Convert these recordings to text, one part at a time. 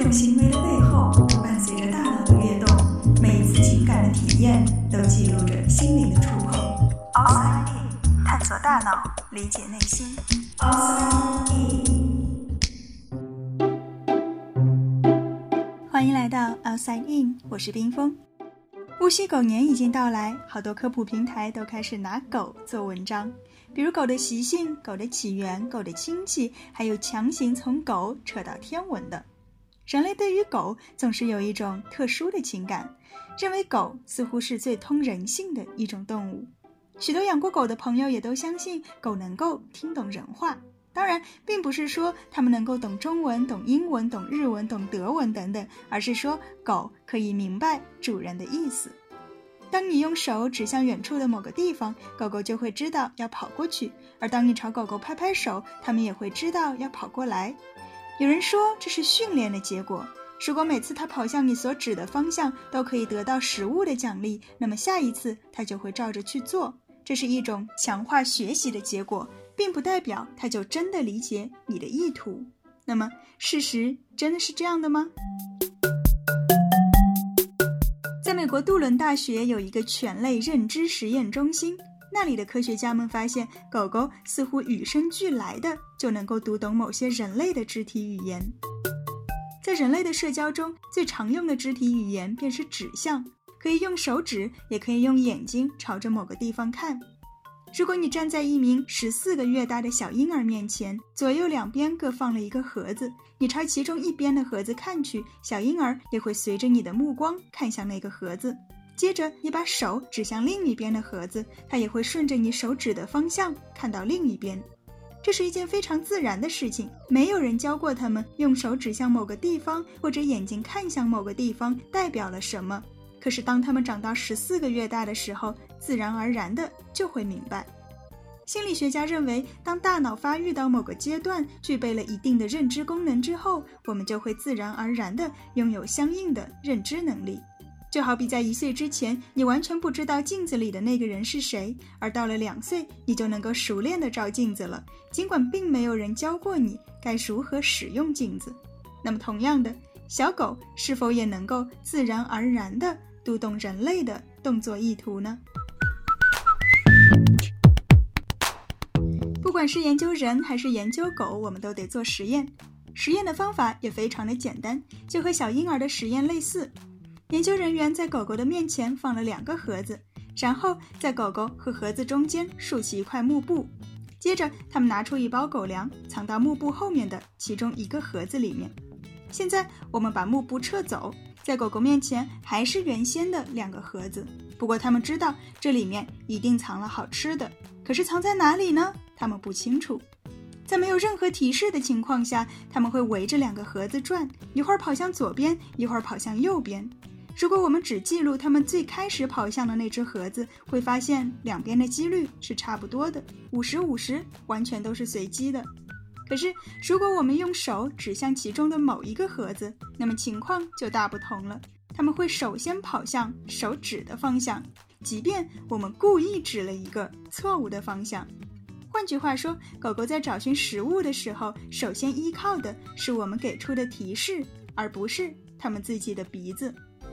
种行为的背后伴随着大脑的跃动，每一次情感的体验都记录着心灵的触碰。 Outside In， 探索大脑，理解内心。 Outside In， 欢迎来到 Outside In， 我是冰峰。无锡狗年已经到来，好多科普平台都开始拿狗做文章，比如狗的习性、狗的起源、狗的亲戚，还有强行从狗扯到天文的。人类对于狗总是有一种特殊的情感，认为狗似乎是最通人性的一种动物。许多养过狗的朋友也都相信狗能够听懂人话，当然并不是说它们能够懂中文、懂英文、懂日文、懂德文等等，而是说狗可以明白主人的意思。当你用手指向远处的某个地方，狗狗就会知道要跑过去，而当你朝狗狗拍拍手，它们也会知道要跑过来。有人说这是训练的结果，如果每次它跑向你所指的方向都可以得到食物的奖励，那么下一次它就会照着去做。这是一种强化学习的结果，并不代表它就真的理解你的意图。那么事实真的是这样的吗？在美国杜伦大学有一个犬类认知实验中心，那里的科学家们发现，狗狗似乎与生俱来的就能够读懂某些人类的肢体语言。在人类的社交中，最常用的肢体语言便是指向，可以用手指，也可以用眼睛朝着某个地方看。如果你站在一名14个月大的小婴儿面前，左右两边各放了一个盒子，你朝其中一边的盒子看去，小婴儿也会随着你的目光看向那个盒子。接着你把手指向另一边的盒子，它也会顺着你手指的方向看到另一边。这是一件非常自然的事情，没有人教过他们用手指向某个地方或者眼睛看向某个地方代表了什么。可是当他们长到14个月大的时候，自然而然的就会明白。心理学家认为，当大脑发育到某个阶段，具备了一定的认知功能之后，我们就会自然而然的拥有相应的认知能力。就好比在1岁之前，你完全不知道镜子里的那个人是谁，而到了2岁，你就能够熟练地照镜子了，尽管并没有人教过你该如何使用镜子。那么同样的，小狗是否也能够自然而然地读懂人类的动作意图呢？不管是研究人还是研究狗，我们都得做实验。实验的方法也非常的简单，就和小婴儿的实验类似。研究人员在狗狗的面前放了2个盒子，然后在狗狗和盒子中间竖起一块幕布，接着他们拿出一包狗粮，藏到幕布后面的其中一个盒子里面。现在我们把幕布撤走，在狗狗面前还是原先的2个盒子，不过他们知道这里面一定藏了好吃的，可是藏在哪里呢？他们不清楚。在没有任何提示的情况下，他们会围着2个盒子转，一会儿跑向左边，一会儿跑向右边。如果我们只记录他们最开始跑向的那只盒子，会发现两边的几率是差不多的，50-50，完全都是随机的。可是如果我们用手指向其中的某一个盒子，那么情况就大不同了，他们会首先跑向手指的方向，即便我们故意指了一个错误的方向。换句话说，狗狗在找寻食物的时候，首先依靠的是我们给出的提示，而不是它们自己的鼻子。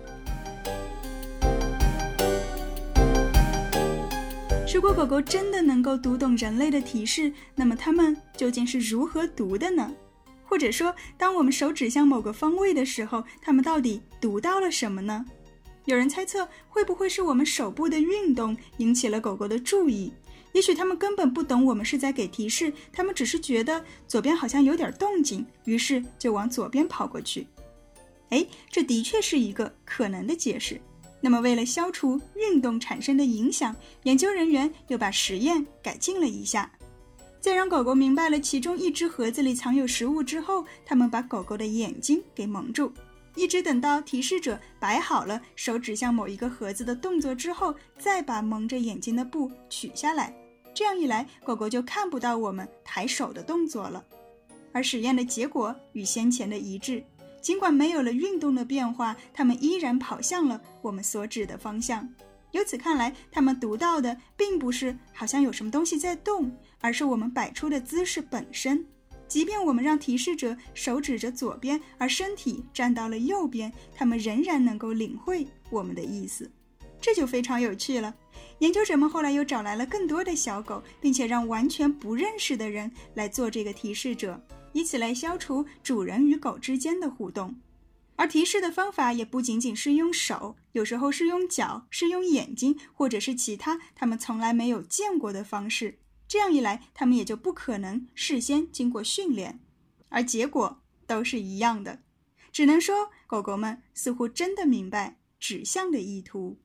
如果狗狗真的能够读懂人类的提示，那么它们究竟是如何读的呢？或者说，当我们手指向某个方位的时候，它们到底读到了什么呢？有人猜测，会不会是我们手部的运动引起了狗狗的注意？也许它们根本不懂我们是在给提示，它们只是觉得左边好像有点动静，于是就往左边跑过去。这的确是一个可能的解释。那么为了消除运动产生的影响，研究人员又把实验改进了一下。在让狗狗明白了其中一只盒子里藏有食物之后，他们把狗狗的眼睛给蒙住，一直等到提示者摆好了手指向某一个盒子的动作之后，再把蒙着眼睛的布取下来。这样一来，狗狗就看不到我们抬手的动作了。而实验的结果与先前的一致，尽管没有了运动的变化，它们依然跑向了我们所指的方向。由此看来，它们读到的并不是好像有什么东西在动，而是我们摆出的姿势本身。 即便我们让提示者手指着左边，而身体站到了右边，他们仍然能够领会我们的意思。这就非常有趣了。研究者们后来又找来了更多的小狗，并且让完全不认识的人来做这个提示者，以此来消除主人与狗之间的互动。而提示的方法也不仅仅是用手，有时候是用脚，是用眼睛，或者是其他他们从来没有见过的方式。这样一来，他们也就不可能事先经过训练，而结果都是一样的。只能说，狗狗们似乎真的明白指向的意图。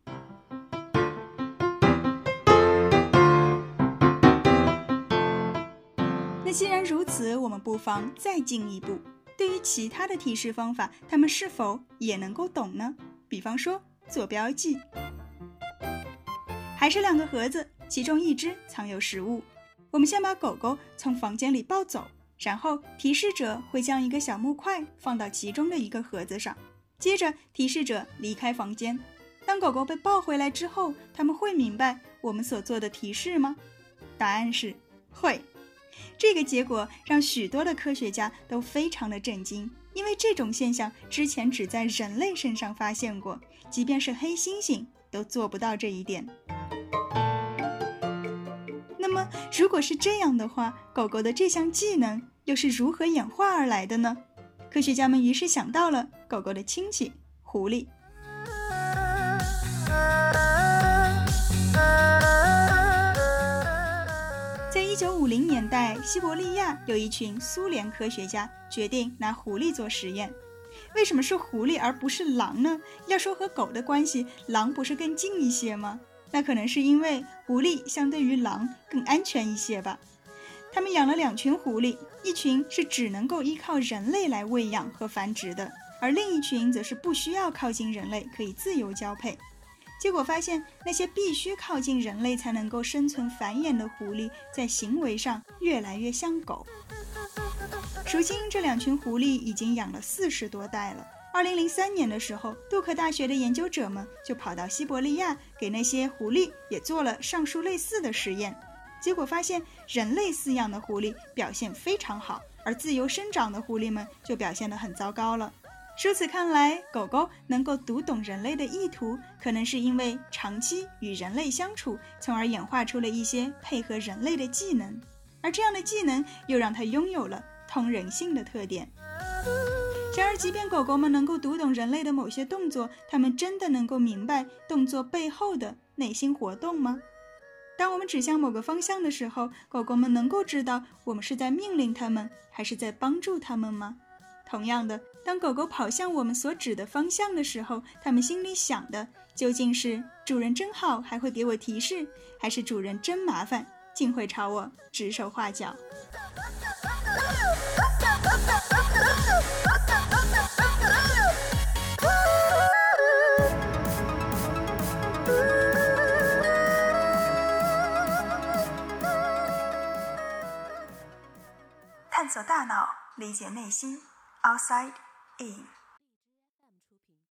那既然如此，我们不妨再进一步，对于其他的提示方法，他们是否也能够懂呢？比方说做标记。还是2个盒子，其中一只藏有食物。我们先把狗狗从房间里抱走，然后提示者会将一个小木块放到其中的一个盒子上，接着提示者离开房间。当狗狗被抱回来之后，他们会明白我们所做的提示吗？答案是会。这个结果让许多的科学家都非常的震惊，因为这种现象之前只在人类身上发现过，即便是黑猩猩都做不到这一点。那么如果是这样的话，狗狗的这项技能又是如何演化而来的呢？科学家们于是想到了狗狗的亲戚狐狸。在1950年代，西伯利亚有一群苏联科学家决定拿狐狸做实验。为什么是狐狸而不是狼呢？要说和狗的关系，狼不是更近一些吗？那可能是因为狐狸相对于狼更安全一些吧。他们养了2群狐狸，一群是只能够依靠人类来喂养和繁殖的，而另一群则是不需要靠近人类，可以自由交配。结果发现，那些必须靠近人类才能够生存繁衍的狐狸，在行为上越来越像狗。如今这2群狐狸已经养了40多代了。2003年的时候，杜克大学的研究者们就跑到西伯利亚，给那些狐狸也做了上述类似的实验。结果发现，人类饲养的狐狸表现非常好，而自由生长的狐狸们就表现得很糟糕了。如此看来，狗狗能够读懂人类的意图，可能是因为长期与人类相处，从而演化出了一些配合人类的技能，而这样的技能又让它拥有了通人性的特点。然而，即便狗狗们能够读懂人类的某些动作，它们真的能够明白动作背后的内心活动吗？当我们指向某个方向的时候，狗狗们能够知道我们是在命令它们，还是在帮助它们吗？同样的，当狗狗跑向我们所指的方向的时候，它们心里想的究竟是主人真好，还会给我提示，还是主人真麻烦，竟会朝我指手画脚？探索大脑，理解内心 ，Outside In。